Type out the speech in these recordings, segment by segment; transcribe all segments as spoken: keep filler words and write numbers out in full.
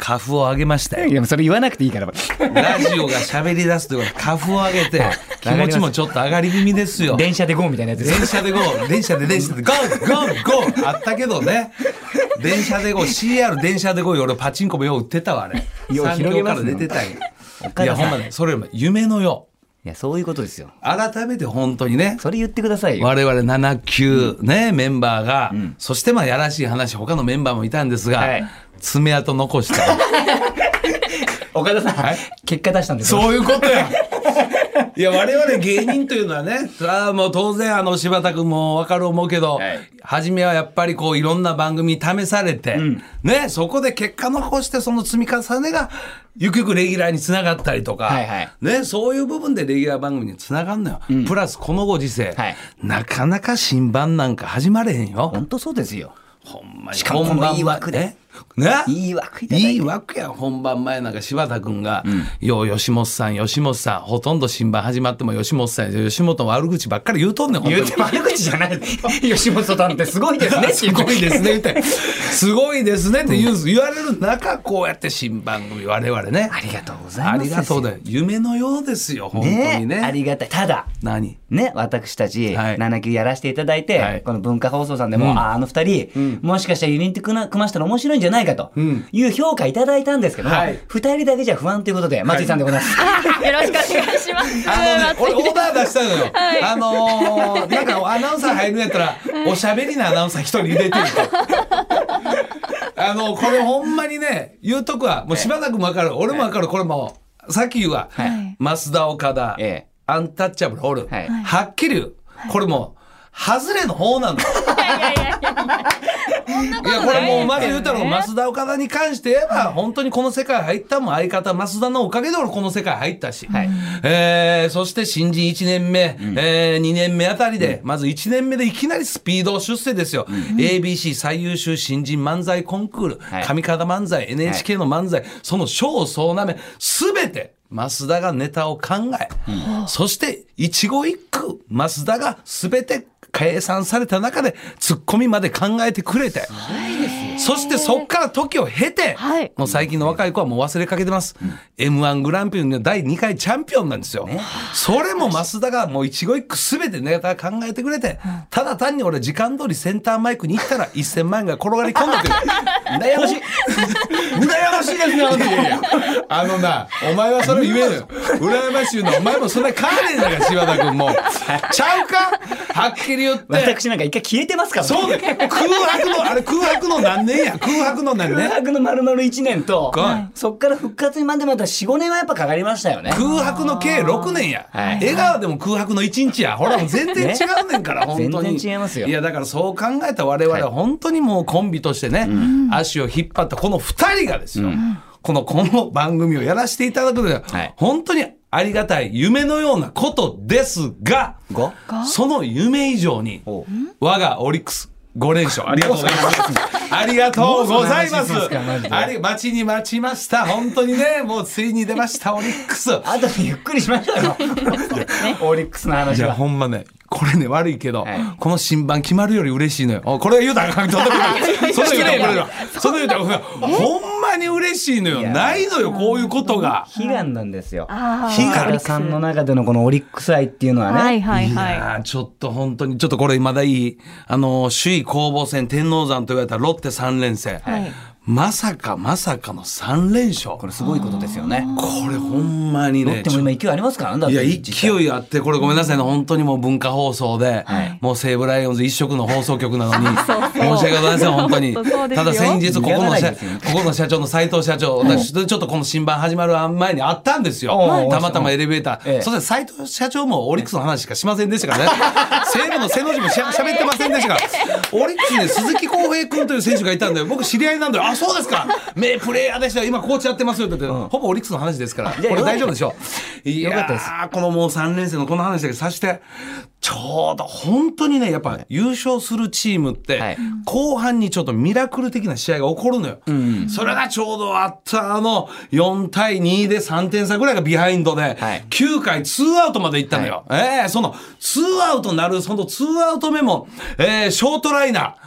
カフを上げましたよ。 いやそれ言わなくていいから。 ラジオが喋り出すということでカフを上げて気持ちもちょっと上がり気味ですよ。 電車でゴーみたいなやつです。 電車でゴー電車で電車でゴーゴーゴーあったけどね。電車でゴー シーアール 電車でゴー俺パチンコもよう売ってたわあれ。 よう広げますね。 産業から出てたんや。いやほんまねそれより夢のよう。いやそういうことですよ。 改めて本当にねそれ言ってくださいよ。 我々なな級、うん、ねメンバーが、うん、そしてまあやらしい話他のメンバーもいたんですが、はい、爪痕残した岡田さん、はい、結果出したんですよ。 そういうことやいや我々芸人というのはねあもう当然あの柴田君も分かる思うけど、はい、初めはやっぱりこういろんな番組試されて、うん、ねそこで結果残してその積み重ねがゆくゆくレギュラーにつながったりとか、はいはいね、そういう部分でレギュラー番組につながるのよ、うん、プラスこのご時世、はい、なかなか新番なんか始まれへんよ。 本当そうですよ。 ほんまにしかもこのいい枠でね、 いい枠いただいていい枠や。本番前なんか柴田君が、うん、よう吉本さん吉本さんほとんど新番始まっても吉本さん吉本の悪口ばっかり言うとんねん。 言うて悪口じゃない吉本さんってすごいですねすごいですねってすごいですねって言う、うん、言われる中こうやって新番組我々ねありがとうございます。 ありがとうで夢のようですよ本当に ね, ねありがたい。ただ何ね私たちなな級やらせていただいて、はい、この文化放送さんでも、うん、あ, あの二人、うん、もしかしたらユニット組ましたら面白いんじゃないかと、うんいう評価いただいたんですけども、はい、ふたりだけじゃ不安ということで松井さんでございます、 はい、よろしくお願いします。 あの、ね、俺オーダー出したのよ、はい、あのー、なんかアナウンサー入るんやったら、はい、おしゃべりなアナウンサー一人入れてるとあのこれほんまにね言うとくわもう柴田君も分かる俺も分かるこれもさっき言うわ、はい、増田岡田、ええ、アンタッチャブルおる、はい、はっきり言うこれもう外れの方なの。いやいやいやいやいやこれもうまず言うたら増田岡田に関して言えば本当にこの世界入ったもん相方増田のおかげで俺この世界入ったし、はいえー、そして新人いちねんめ、うんえー、にねんめあたりで、うん、まずいちねんめでいきなりスピード出世ですよ、うん、エービーシー 最優秀新人漫才コンクール、はい、上方漫才 エヌエイチケー の漫才、はい、その賞を総なめ全て増田がネタを考え、うん、そして一期一句増田が全て計算された中でツッコミまで考えてくれて、そしてそっから時を経て、はい、もう最近の若い子はもう忘れかけてます、うん、エムワン グランプリのだいにかいチャンピオンなんですよ、ね、それも増田がもう一期一句全てネタ考えてくれて、うん、ただ単に俺時間通りセンターマイクに行ったらせんまん円が転がり込んでくる羨ましい羨ましいですねあの時。いやいやあのなお前はそれを言えるよ羨ましいのお前もそんな変われんだから柴田君もちゃうかはっきり言って私なんか一回消えてますから、ね、 そうだ空白のあれ空白の何年や空白の何年空白の丸々いちねんと、はい、そっから復活にまでまた よん,ご 年はやっぱかかりましたよね。 空白の計ろくねんや、はい、江川でも空白のいちにちやほらもう全然違うねんから、ね、本当に全然違いますよ。 いやだからそう考えた我々は本当にもうコンビとしてね、はい、足を引っ張ったこのふたりがですよ、うん、このこの番組をやらせていただくのは、はい、本当にありがたい夢のようなことですが、その夢以上に我がオリックスご連勝ありがとうございますありがとうございます。あり待ちに待ちました本当にねもうついに出ましたオリックス。 あとゆっくりしましょうよオリックスの話は。 いやほんまねこれね悪いけど、はい、この新番決まるより嬉しいのよ。これ言うたらあかんとその言うたらその言うたらほんまに嬉しいのよ。ないのよこういうことが。 悲願なんですよ。悲願さんの中でのこのオリックス愛っていうのはね、 はいはいはい、 いやちょっと本当にちょっとこれまだいいあの首位攻防戦天王山と言われたロッテさん連戦、はい、まさかまさかのさん連勝。 これすごいことですよね。 これほんまにねロッテも今勢いありますからね。 いや勢いあってこれごめんなさいね本当にもう文化放送で、はい、もう西武ライオンズ一色の放送局なのに申し訳ございません本当にただ先日ここの社、ここの社長の斉藤社長私ちょっとこの新番始まる前に会ったんですよ、はい、たまたまエレベーター、ええ、そして斉藤社長もオリックスの話しかしませんでしたからね西武の背の字もしゃ喋ってませんでしたからオリックスに鈴木康平君という選手がいたんだよ僕知り合いなんだよ。あそうですか名プレイヤーでしたよ今コーチやってますよって言って、うん、ほぼオリックスの話ですからこれ大丈夫でしょう。いやーこのもうさん連戦のこの話だけさしてちょうど本当にねやっぱ優勝するチームって、はい、後半にちょっとミラクル的な試合が起こるのよ、うん、それがちょうどあったあのよんたいにでさんてん差ぐらいがビハインドで、はい、きゅうかいツーアウトまでいったのよ、はい、えー、そのツーアウトになるそのツーアウト目も、えー、ショートライナー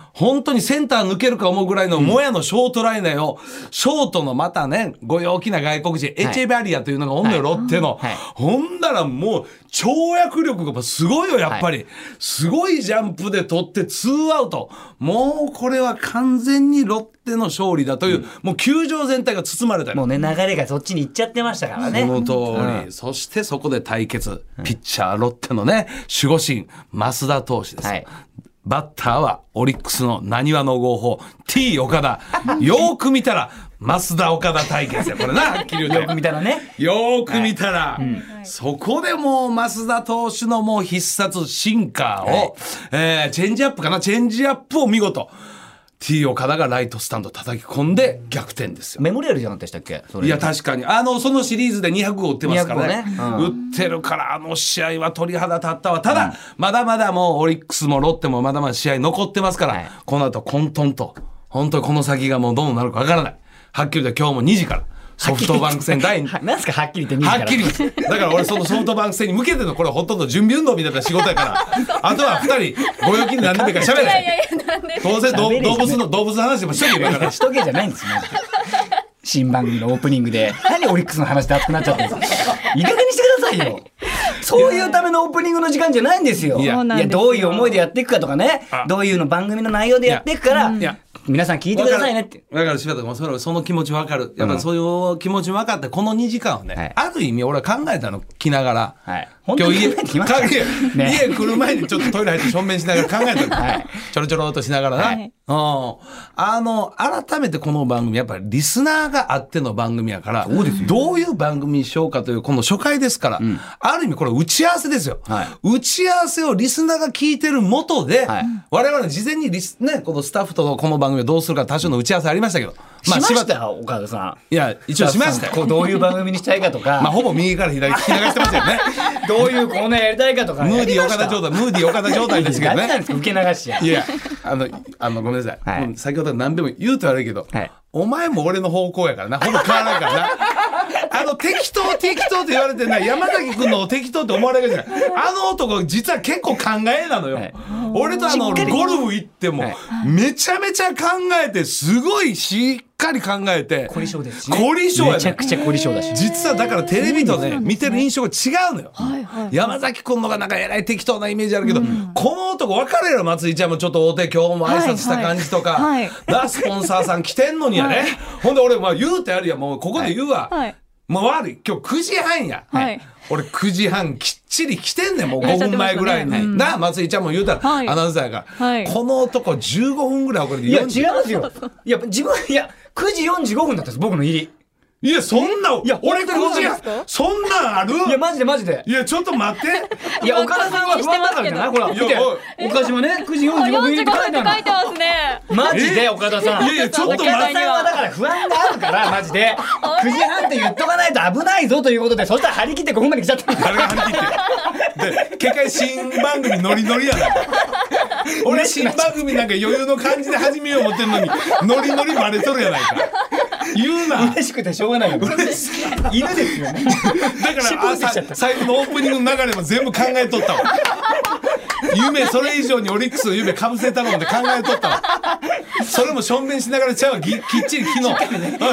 本当にセンター抜けるか思うぐらいのもやのショートライナーを、ショートのまたね、ご陽気な外国人、エチェバリアというのがおんのよ、ロッテの。 はいほんだらもう、跳躍力がすごいよ、やっぱり。はい、すごいジャンプで取ってツーアウト。もうこれは完全にロッテの勝利だという、うん、もう球場全体が包まれたよ。 もうね、流れがそっちに行っちゃってましたからね。 その通り。うん、そしてそこで対決。ピッチャー、ロッテのね、守護神、増田投手です。はい、バッターはオリックスのなにわの号砲 T 岡田。よーく見たら増田岡田対決やこれな、はっきり言うと。 よく見たらね。 よーく見たら、はいうん、そこでもう増田投手のもう必殺シンカーを、はいえー、チェンジアップかな、チェンジアップを見事。T 岡田がライトスタンド叩き込んで逆転ですよ。 メモリアルじゃなかったでしたっけ？それいや確かにあのそのシリーズでにひゃくご打ってますからね、 ねうん、 打ってるからあの試合は鳥肌立ったわ。ただ、うん、まだまだもうオリックスもロッテもまだまだ試合残ってますから、はい、この後混沌と本当にこの先がもうどうなるかわからない。はっきり言って今日もにじからソフトバンク戦第 2なんすかはっきり言ってにじからはっきりだから俺そのソフトバンク戦に向けてのこれほとんど準備運動みたいな仕事やからあとはふたりご陽気に何でもいいから喋れ。 いやいやいやなんで当然動物の動物の話でもしとけばいいからしとけじゃないんですよ新番組のオープニングで何オリックスの話で熱くなっちゃってるんですか。いい加減にしてくださいよ。そういうためのオープニングの時間じゃないんですよ。いや、いやどういう思いでやっていくかとかね、どういうの番組の内容でやっていくからいや皆さん聞いてくださいねって。 だから柴田君それその気持ち分かる。やっぱりそういう気持ち分かってこのにじかんをね、はい、ある意味俺は考えたの来ながら、はい、 今日家家来る前にちょっとトイレ入ってしょんべんしながら考えたの、はい、ちょろちょろっとしながらな、はい、うん、あの改めてこの番組やっぱりリスナーがあっての番組やからどういう番組にしようかというこの初回ですから、うん、ある意味これ打ち合わせですよ、はい、打ち合わせをリスナーが聞いてる元で、はい、我々事前にリス、ね、このスタッフとこの番組をどうするか多少の打ち合わせありましたけど、 まあ、しましたよ岡田さん。 いや一応しましたよ。 こうどういう番組にしたいかとかまあほぼ右から左聞き流してましたよねどういうコーナーやりたいかとかムーディー岡田状態ムーディー岡田状態ですけどね。 何なんですか受け流しや。 いやあのあのごめんなさい、はい、もう先ほど何でも言うと悪いけど、はい、お前も俺の方向やからなほぼ変わらないからなあの適当適当って言われてない山崎君の適当って思われるじゃん。あの男実は結構考えなのよ、はい、俺とあのゴルフ行ってもめちゃめちゃ考えてすごいしっかり考えて凝り性ですしね。 凝り性やね。 めちゃくちゃ凝り性だし実はだからテレビとね見てる印象が違うのよ、はいはい、山崎君のがなんかえらい適当なイメージあるけど、うん、この男分かるやろ。松井ちゃんもちょっと大手今日も挨拶した感じとか、はいはい、スポンサーさん来てんのにやね、はい、ほんで俺まあ言うてあるやもうここで言うわ、はいはい、もう悪い今日くじはんや、はい、俺くじはんきっちり来てんねんもうごふんまえぐらいに、ねうん、な松井ちゃんも言うたら、はい、アナウンサーやから、はい、この男じゅうごふんぐらい遅れていや違いますよ。いや自分いやくじよんじゅうごふんだったんです僕の入り。 いやそんないや俺くじはんそんなんある。 いやマジでマジで。 いやちょっと待っていや岡田さんは不安だからじゃないほら見て岡島ねくじよんじゅうごふん入りって書いてある書いてますね。 マジで岡田さん。 いやいやちょっと待って岡田さんはだから不安があるからマジでくじはんって言っとかないと危ないぞということでそしたら張り切ってごふんまで来ちゃったんです。 誰が張り切ってで結果新番組ノリノリやな俺新番組なんか余裕の感じで始めよう思ってんのにノリノリバレとるやないか。言うな。 嬉しくてしょうがないよ。犬ですよね。 だから朝最後のオープニングの流れも全部考えとったわ。夢それ以上にオリックスの夢かぶせたので考えとったわ。それもしょんべんしながらちゃうわきっちり昨日、はい、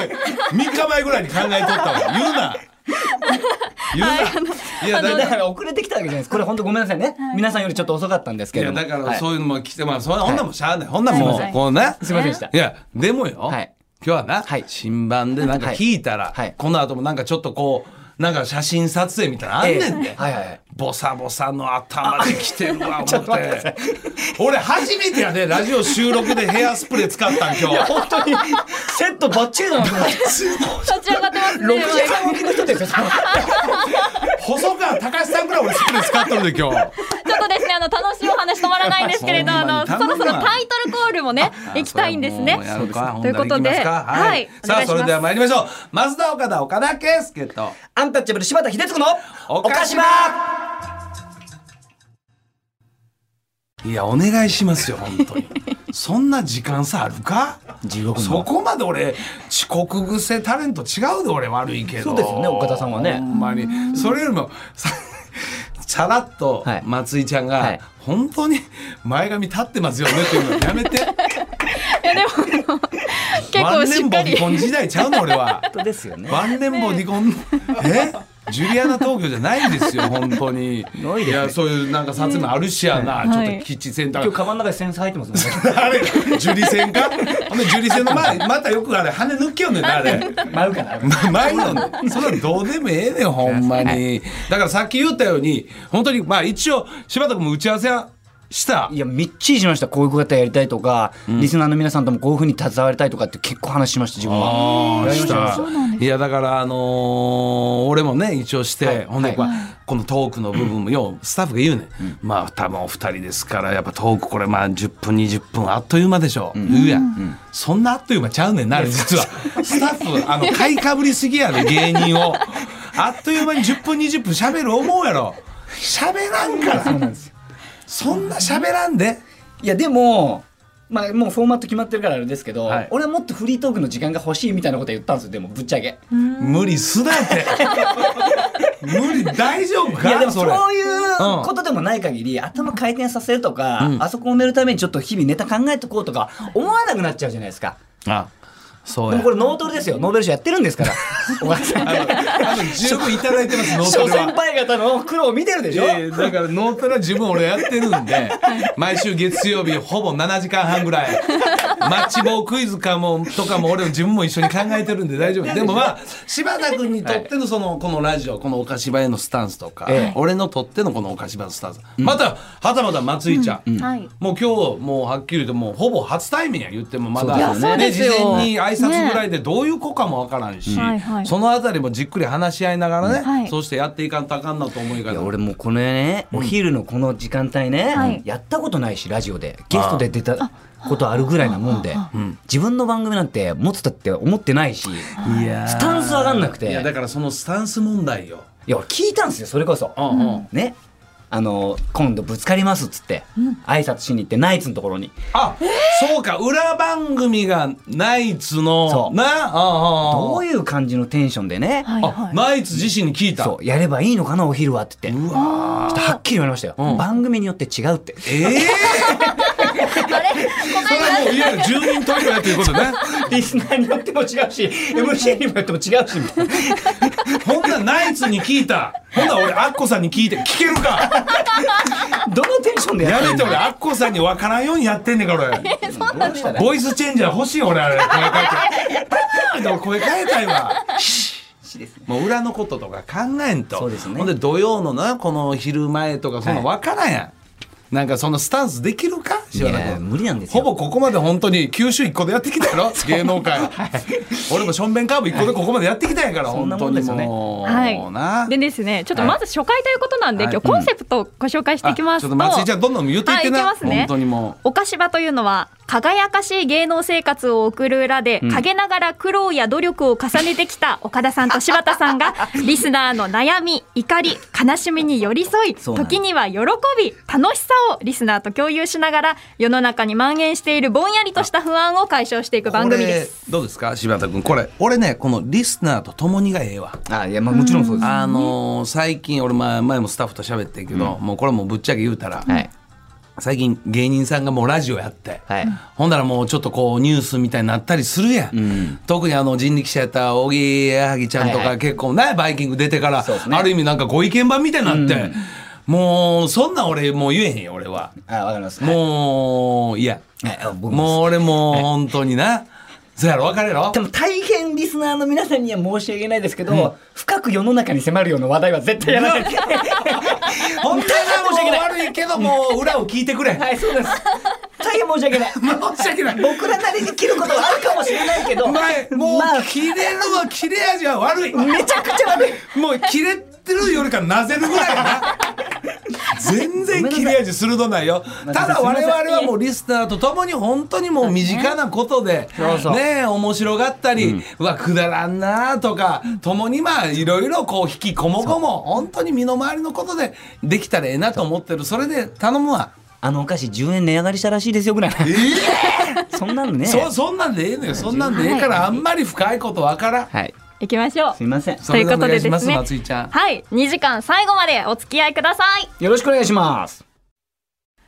みっかまえぐらいに考えとったわ。言うな。言うな。 はい、いやだから遅れてきたわけじゃないです。これ本当ごめんなさいね、はい、皆さんよりちょっと遅かったんですけども。 いやだからそういうのも来て、まあそんな女もしゃあない。ほんなもうこうね。 すいませんでした。 いやでもよ。はい今日はな、はい、新版でなんか聞いたら、はい、この後もなんかちょっとこうなんか写真撮影みたいなのあんねんで、えーはいはい、ボサボサの頭で来てるわ思って俺初めてやでラジオ収録でヘアスプレー使ったん今日。いや本当にセットバッチリだな。 立ち上がってますね。 ろくじはん起きの人ですよ。 細川たかしさんぐらい俺スプレー使っとるで今日。 ちょっとですねあの楽しいお話止まらないんですけれどあのそろそろタイトルコールもね行きたいんですね。ということで、はい、 さあそれでは参りましょう。増田岡田岡田圭佑とアンタッチャブル柴田秀嗣の岡島。 いやお願いしますよ本当に。そんな時間差あるか。 じゅうごふんそこまで俺遅刻癖タレント違うで俺悪いけど。 そうですよね岡田さんはね。 ほんまにそれよりもさらっと松井ちゃんが、はい、本当に前髪立ってますよねっていうのやめてやでも結構しっかりワンレンボディコン時代ちゃうの俺は。 本当ですよね。 ワンレンボディコンえジュリアナ東京じゃないんですよ本当に。 ないですね。 いやそういうなんか撮影もあるしやな、 はいちょっとキッチンセンター今日カバンの中にセンサー入ってますもんね。 あれジュリセンかほんでジュリセンの前またよくあれ羽抜きよんねんなあれ舞うかな。 前のねそれはどうでもええねんほんまに。だからさっき言ったように本当にまあ一応柴田君も打ち合わせはしたいやみっちりしました。こういうことやりたいとか、うん、リスナーの皆さんともこういうふうに携わりたいとかって結構話しました自分は。 あしたいやだからあのー、俺もね一応して、はい、ほんで、はい、このトークの部分もようスタッフが言うねん、うん、まあ多分お二人ですからやっぱトークこれまあじゅっぷんにじゅっぷんあっという間でしょ、うん、言うやん、うん、そんなあっという間ちゃうねんな実はスタッフあの買いかぶりすぎやで芸人をあっという間にじゅっぷんにじゅっぷん喋る思うやろ。喋らんからそうなんですよ。そんな喋らんで。 いやでもまあもうフォーマット決まってるからあれですけど、はい、俺はもっとフリートークの時間が欲しいみたいなこと言ったんですよ。でもぶっちゃけ無理すなって無理大丈夫か。 いやでもそういうことでもない限り、うん、頭回転させるとか、うん、あそこを埋めるためにちょっと日々ネタ考えとこうとか思わなくなっちゃうじゃないですか。 あそうや。 でもこれノートルですよ。ノーベル賞やってるんですからお前さんあのあの十分いただいてますノートルは。 諸先輩方の苦労を見てるでしょ。 えー、だからノートルは自分俺やってるんで毎週月曜日ほぼななじかんはんぐらいマッチ棒クイズかもとかも俺も自分も一緒に考えてるんで大丈夫。でもまあ柴田君にとってのそのこのラジオこのおかしばへのスタンスとか、ええ、俺のとってのこのおかしばのスタンス、うん、またはたまた松井ちゃん、うんうん、もう今日もうはっきり言ってもうほぼ初対面や言ってもまだね事前に挨拶ぐらいでどういう子かもわからんし、ねはい、そのあたりもじっくり話し合いながらね、はい、そうしてやっていかんとあかんなと思いから。いや俺もこのね、うん、お昼のこの時間帯ね、はい、やったことないしラジオでゲストで出たことあるぐらいなもんで、うん、自分の番組なんて持つだって思ってないし、いやスタンス上がんなくて。 いやだからそのスタンス問題よ。 いや俺聞いたんですよそれこそ、うんうん、ねあの今度ぶつかりますっつって、うん、挨拶しに行ってナイツのところに。 あ、えー、そうか裏番組がナイツのそうなああどういう感じのテンションでね、 はいはい、あナイツ自身に聞いた。 そうやればいいのかなお昼はって言って。うわちょっとはっきり言われましたよ、うん、番組によって違うって。ええーあれそれはもういわゆる住民投票やっていうことねリスナーによっても違うし エムシー にもよっても違うしみたいなほんならナイツに聞いた。ほんなら俺アッコさんに聞いて聞けるかどのテンションでやってんの。 やめて俺アッコさんに分からんようにやってんねんから俺、えー、そうなんですかね、ボイスチェンジャー欲しい俺あれ声変えてでも声変えたいわもう裏のこととか考えんと。そうですね。ほんで土曜のなこの昼前とかそんな分からんやん、はい、なんかそのスタンスできるか柴田君。 無理なんですよ。 ほぼここまで本当に九州一個でやってきたやろ芸能界、はい、俺もしょんべんカーブ一個でここまでやってきたんやから、はい、本当にもう、 はい、なでですねちょっとまず初回ということなんで、はい、今日コンセプトをご紹介していきますと、 うん、ちょっと松井ちゃんどんどん言っていってな、はい、ね、本当にもうおかしばというのは輝かしい芸能生活を送る裏で、うん、陰ながら苦労や努力を重ねてきた岡田さんと柴田さんがリスナーの悩み怒り悲しみに寄り添い時には喜び楽しさをリスナーと共有しながら世の中に蔓延しているぼんやりとした不安を解消していく番組です。 どうですか柴田君これ俺ねこのリスナーと共にがええわ。 あいや、まあ、もちろんそうです。 あのー、最近俺前もスタッフと喋ってんけど、うん、もうこれもぶっちゃけ言うたら、はい、最近芸人さんがもうラジオやって、はい、ほんだらもうちょっとこうニュースみたいになったりするやん、うん、特にあの人力車やったおぎやはぎちゃんとか結構ね、はいはい、バイキング出てから、ね、ある意味なんかご意見番みたいになって、うん、もうそんな俺もう言えへんよ俺は。 あわかります。 もういや、はい、もう俺もう本当にな、はい、そうやろ分かるやろ。 でも大変リスナーの皆さんには申し訳ないですけど、うん、深く世の中に迫るような話題は絶対やらない本当に申し訳ない悪いけどもう裏を聞いてくれはいそうです大変申し訳ない申し訳ない僕らなりに切ることはあるかもしれないけど、 まあ、もう、まあ、切れるは切れ味は悪いめちゃくちゃ悪いもう切れてるよりかなぜるぐらいやな全然切れ味鋭ないよ。ただ我々はもうリスナーとともに本当にもう身近なことでね面白がったり、うん、うわくだらんなとかともにまあいろいろこう引きこもごも本当に身の回りのことでできたらええなと思ってる。それで頼むわ。 あのお菓子じゅうえん値上がりしたらしいですよぐらい、えー、そんなんね そ, そんなんでええのよ。そんなんでええからあんまり深いことわからん。 はい行きましょう。 すいません。 ということでですね、 松井ちゃん、 はいにじかん最後までお付き合いください。 よろしくお願いします。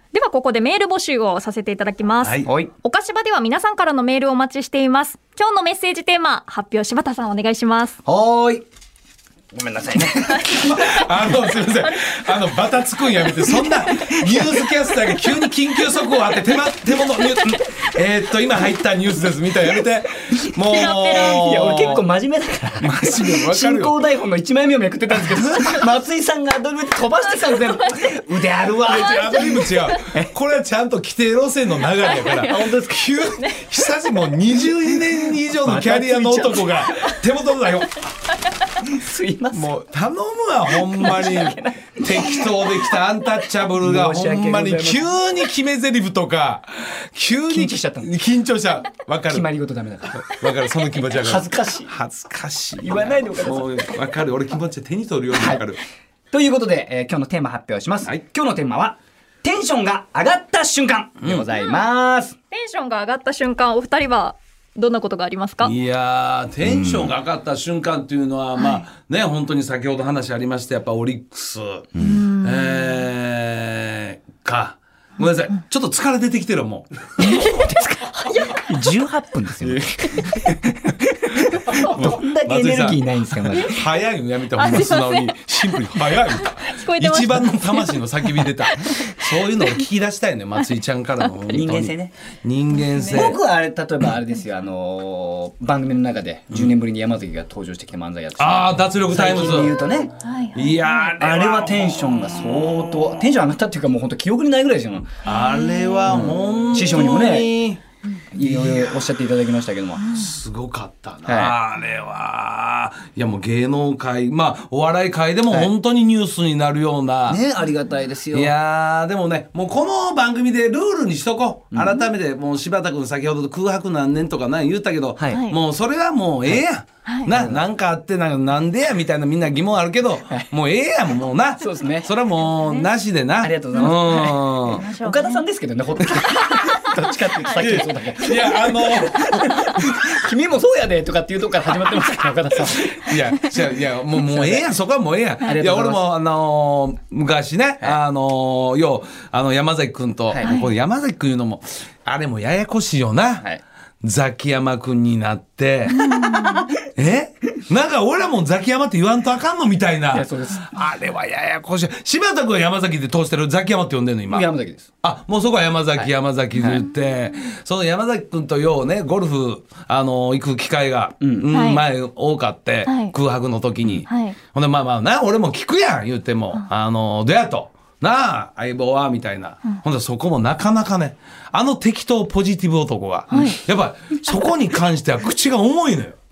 ではここでメール募集をさせていただきます、 はい、 おかしばでは皆さんからのメールをお待ちしています。今日のメッセージテーマ発表、柴田さんお願いします。 はーい、ごめんなさいねあのすみません、あのバタつくんやめて、そんなニュースキャスターが急に緊急速報を当て手間手元ニュースえー、っと今入ったニュースですみたいなやめて、もうペロペロ。 いや俺結構真面目だから真面目わかるよ。 進行台本のいちまいめをめくってたんですけど松井さんがアドリブで飛ばしてたんですよ。腕あるわ。 アドリブ違う、これはちゃんと規定路線の流れやから本当ですか。 急に久しもうにじゅうねん以上のキャリアの男が手元の台本すいません、 もう頼むわほんまに適当できたアンタッチャブルがほんまに急に決め台詞とか急に緊張しちゃったの緊張したわかる決まり事ダメだからわかる、その気持ちわかる。 恥ずかしい恥ずかしい言わないでおかしい。 もうわかる、俺気持ち手に取るようにわかる、はい、 ということで、えー、今日のテーマ発表します、はい、今日のテーマはテンションが上がった瞬間でございます、 うん、テンションが上がった瞬間、お二人はどんなことがありますか？ いやー、テンションが上がった瞬間っていうのは、うん、まあね、本当に先ほど話ありました、やっぱオリックス、うん、えー、かごめんなさい、ちょっと疲れ出てきてるもんじゅうはっぷんですよどんだけエネルギーないんですか。まず早いのやめて、ほんま素直にシンプルに早い一番の魂の叫び出たそういうのを聞き出したいね、松井ちゃんからの人間性ね。 人間性。 僕はあれ、例えばあれですよ、あのー、番組の中でじゅうねんぶりに山崎が登場してきて漫才やってた、うん、 ああ脱力タイムズ最近で言うとね、 いやあれはテンションが相当テンション上がったっていうか、もう本当記憶にないぐらいですよ。 あれは本当に、 師匠にもねいろいろおっしゃっていただきましたけども、 すごかったな、はい、あれはいやもう芸能界、まあお笑い界でも本当にニュースになるような、 はい、ね、ありがたいですよ。 いやでもね、もうこの番組でルールにしとこう、うん、改めてもう柴田君先ほど空白何年とか何言ったけど、はい、もうそれはもうええやん、はい、な、なんかあってなんかなんでやみたいなみんな疑問あるけど、はい、もうええやんもうな。 そうですね。 それはもうなしでな。 ありがとうございます。岡田さんですけどね、ほっとどっちかっていうとさっきもそうだけど。 いやあの君もそうやでとかっていうとこから始まってますから岡田さん。 いやじゃいやもうもうええやん、そこはもうええやん。いや俺もあのー、昔ね、はい、あのー、ようあの山崎君と、はい、これ山崎君いうのもあれもややこしいよな。はい、ザキヤマくんになってえなんか俺らもザキヤマって言わんとあかんのみたいな。 いやそうです。 あれはややこしい。柴田君は山崎で通してる、ザキヤマって呼んでんの今。 山崎です。 あ、もうそこは山崎、はい、山崎で言って、はい、その山崎君とようねゴルフあの行く機会が、うんうん、前多かって、はい、空白の時に、はい、ほんでまあまあな俺も聞くやん言っても、うん、あのどやとなあ相棒はみたいな、うん、ほんでそこもなかなかねあの適当ポジティブ男が、はい、やっぱそこに関しては口が重いのよ。うん、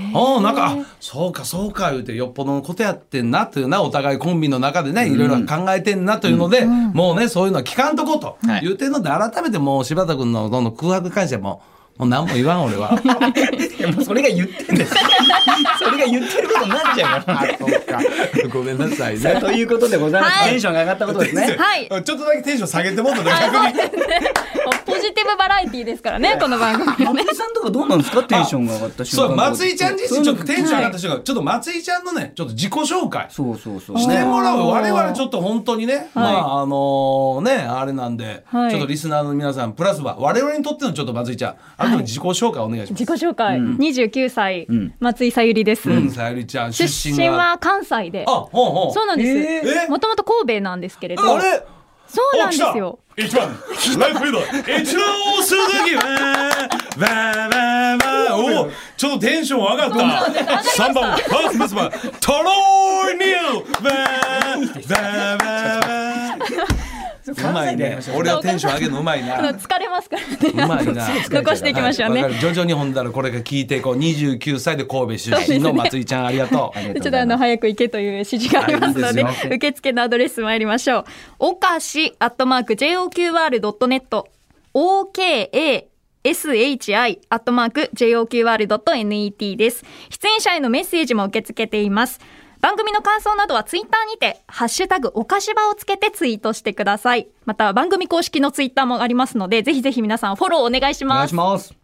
あなんかそうかそうか言うてよっぽどのことやってんなというな、お互いコンビの中でねいろいろ考えてんなというので、うん、もうねそういうのは聞かんとこうと言うてんので、改めてもう柴田君のどの空白に関してはもうもう何も言わん俺は。 いやもうそれが言ってんですそれが言ってることになっちゃうから。そうかごめんなさいね。 ということでございます、はい、テンションが上がったことですね。 はい、 ちょっとだけテンション下げてもっとね逆にポジティブバラエティーですからねこの番組はね。 松井さんとかどうなんですか、テンションが上がった瞬間。 そう松井ちゃん自身ちょっとテンション上がった瞬間、はい、ちょっと松井ちゃんのねちょっと自己紹介そうそうそうしてもらう。我々ちょっと本当にね、はい、まああのー、ねあれなんで、はい、ちょっとリスナーの皆さんプラスは我々にとってのちょっと松井ちゃん改めて自己紹介お願いします。 自己紹介、うん、にじゅうきゅうさい、うん、松井さゆりです、 うん、さゆりちゃん出身は関西で。あほうほうそうなんです。もともと神戸なんですけれど。 あれそうなんですよ。 一番ライフリード一番押す時はわーわーわーおちょっとテンション上がったさんばんファーストベースマントロイニルわーわーわーわーうまいね。俺はテンション上げるのうまいな。 疲れますからね。 うまいな。 残していきましょうね。 はい、徐々にほんだらこれが聞いてこうにじゅうきゅうさいで神戸出身の松井ちゃん、ありがとう。 ちょっとあの早く行けという指示がありますので、受付のアドレス参りましょう。おかしアットマーク ジェイオーキューアールドットネット オーケーエーエスエイチアイ アットマーク ジェイオーキューアールドットネット です。出演者へのメッセージも受け付けています。番組の感想などはツイッターにてハッシュタグおかしばをつけてツイートしてください。また番組公式のツイッターもありますので、ぜひぜひ皆さんフォローお願いします。 お願いします。